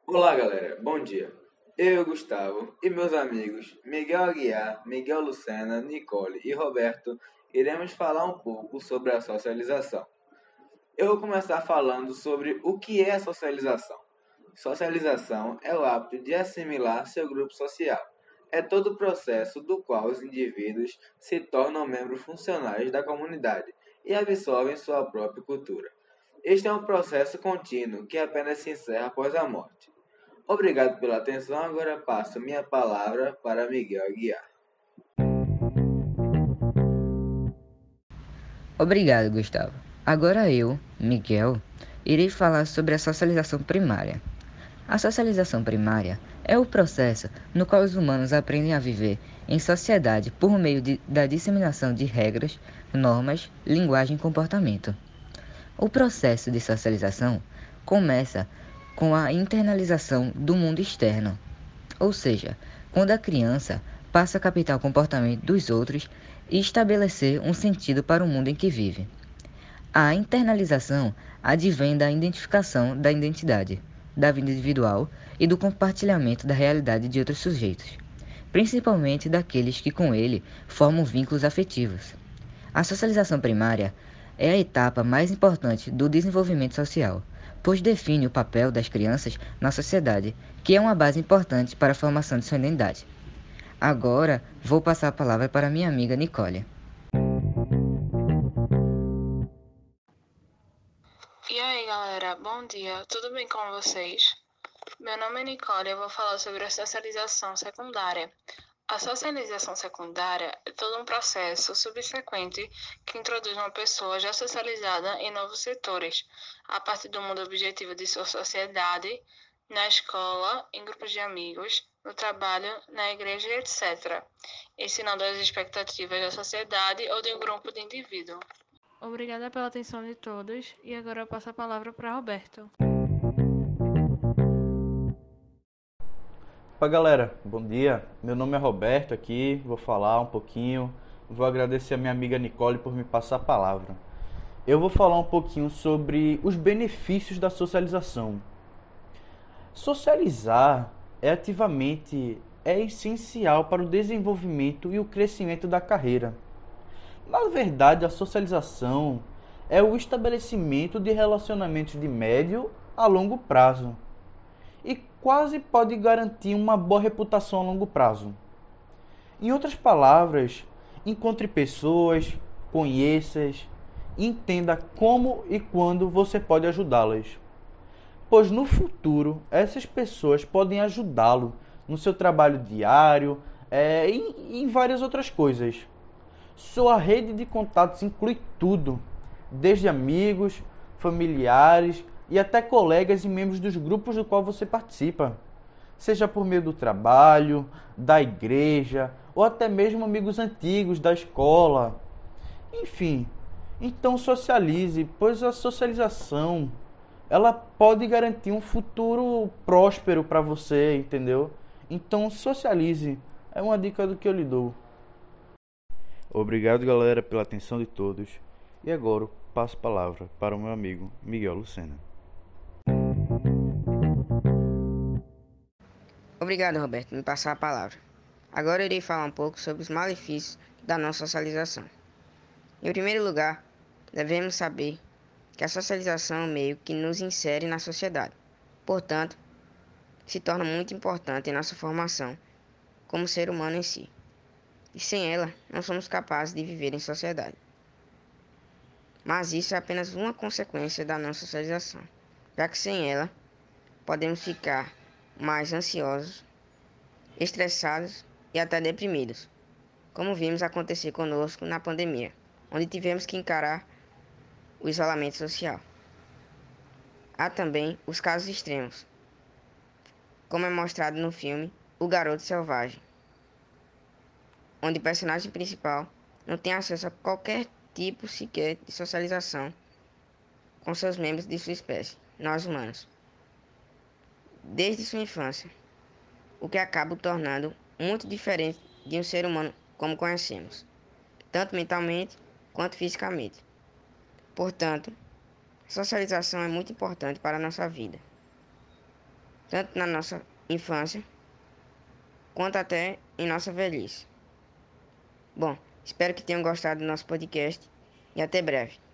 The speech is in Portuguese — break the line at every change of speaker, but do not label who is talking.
Olá, galera. Bom dia. Eu, Gustavo, e meus amigos Miguel Aguiar, Miguel Lucena, Nicole e Roberto iremos falar um pouco sobre a socialização. Eu vou começar falando sobre o que é a socialização. Socialização é o hábito de assimilar seu grupo social. É todo o processo do qual os indivíduos se tornam membros funcionais da comunidade e absorvem sua própria cultura. Este é um processo contínuo que apenas se encerra após a morte. Obrigado pela atenção. Agora passo minha palavra para Miguel Aguiar.
Obrigado, Gustavo. Agora eu, Miguel, irei falar sobre a socialização primária. A socialização primária é o processo no qual os humanos aprendem a viver em sociedade por meio da disseminação de regras, normas, linguagem e comportamento. O processo de socialização começa com a internalização do mundo externo, ou seja, quando a criança passa a captar o comportamento dos outros e estabelecer um sentido para o mundo em que vive. A internalização advém da identificação da identidade, da vida individual e do compartilhamento da realidade de outros sujeitos, principalmente daqueles que com ele formam vínculos afetivos. A socialização primária é a etapa mais importante do desenvolvimento social, pois define o papel das crianças na sociedade, que é uma base importante para a formação de sua identidade. Agora, vou passar a palavra para minha amiga Nicole.
E aí, galera, bom dia, tudo bem com vocês? Meu nome é Nicole e eu vou falar sobre a socialização secundária. A socialização secundária é todo um processo subsequente que introduz uma pessoa já socializada em novos setores, a partir do mundo objetivo de sua sociedade, na escola, em grupos de amigos, no trabalho, na igreja e etc., ensinando as expectativas da sociedade ou de um grupo de indivíduos. Obrigada pela atenção de todos e agora eu passo a palavra para Roberto.
Opa galera, bom dia. Meu nome é Roberto aqui, vou falar um pouquinho. Vou agradecer a minha amiga Nicole por me passar a palavra. Eu vou falar um pouquinho sobre os benefícios da socialização. Socializar é essencial para o desenvolvimento e o crescimento da carreira. Na verdade, a socialização é o estabelecimento de relacionamentos de médio a longo prazo e quase pode garantir uma boa reputação a longo prazo. Em outras palavras, encontre pessoas, conheça-as, entenda como e quando você pode ajudá-las. Pois no futuro, essas pessoas podem ajudá-lo no seu trabalho diário e em várias outras coisas. Sua rede de contatos inclui tudo, desde amigos, familiares e até colegas e membros dos grupos do qual você participa, seja por meio do trabalho, da igreja ou até mesmo amigos antigos da escola. Enfim, então socialize, pois a socialização ela pode garantir um futuro próspero para você, entendeu? Então socialize, é uma dica do que eu lhe dou. Obrigado, galera, pela atenção de todos. E agora passo a palavra para o meu amigo Miguel Lucena.
Obrigado, Roberto, por me passar a palavra. Agora irei falar um pouco sobre os malefícios da não socialização. Em primeiro lugar, devemos saber que a socialização é um meio que nos insere na sociedade. Portanto, se torna muito importante em nossa formação como ser humano em si. E sem ela, não somos capazes de viver em sociedade. Mas isso é apenas uma consequência da não socialização, já que sem ela, podemos ficar mais ansiosos, estressados e até deprimidos, como vimos acontecer conosco na pandemia, onde tivemos que encarar o isolamento social. Há também os casos extremos, como é mostrado no filme O Garoto Selvagem, onde o personagem principal não tem acesso a qualquer tipo sequer de socialização com seus membros de sua espécie, nós humanos, desde sua infância, o que acaba o tornando muito diferente de um ser humano como conhecemos, tanto mentalmente quanto fisicamente. Portanto, a socialização é muito importante para a nossa vida. tanto na nossa infância quanto até em nossa velhice. Bom, espero que tenham gostado do nosso podcast e até breve.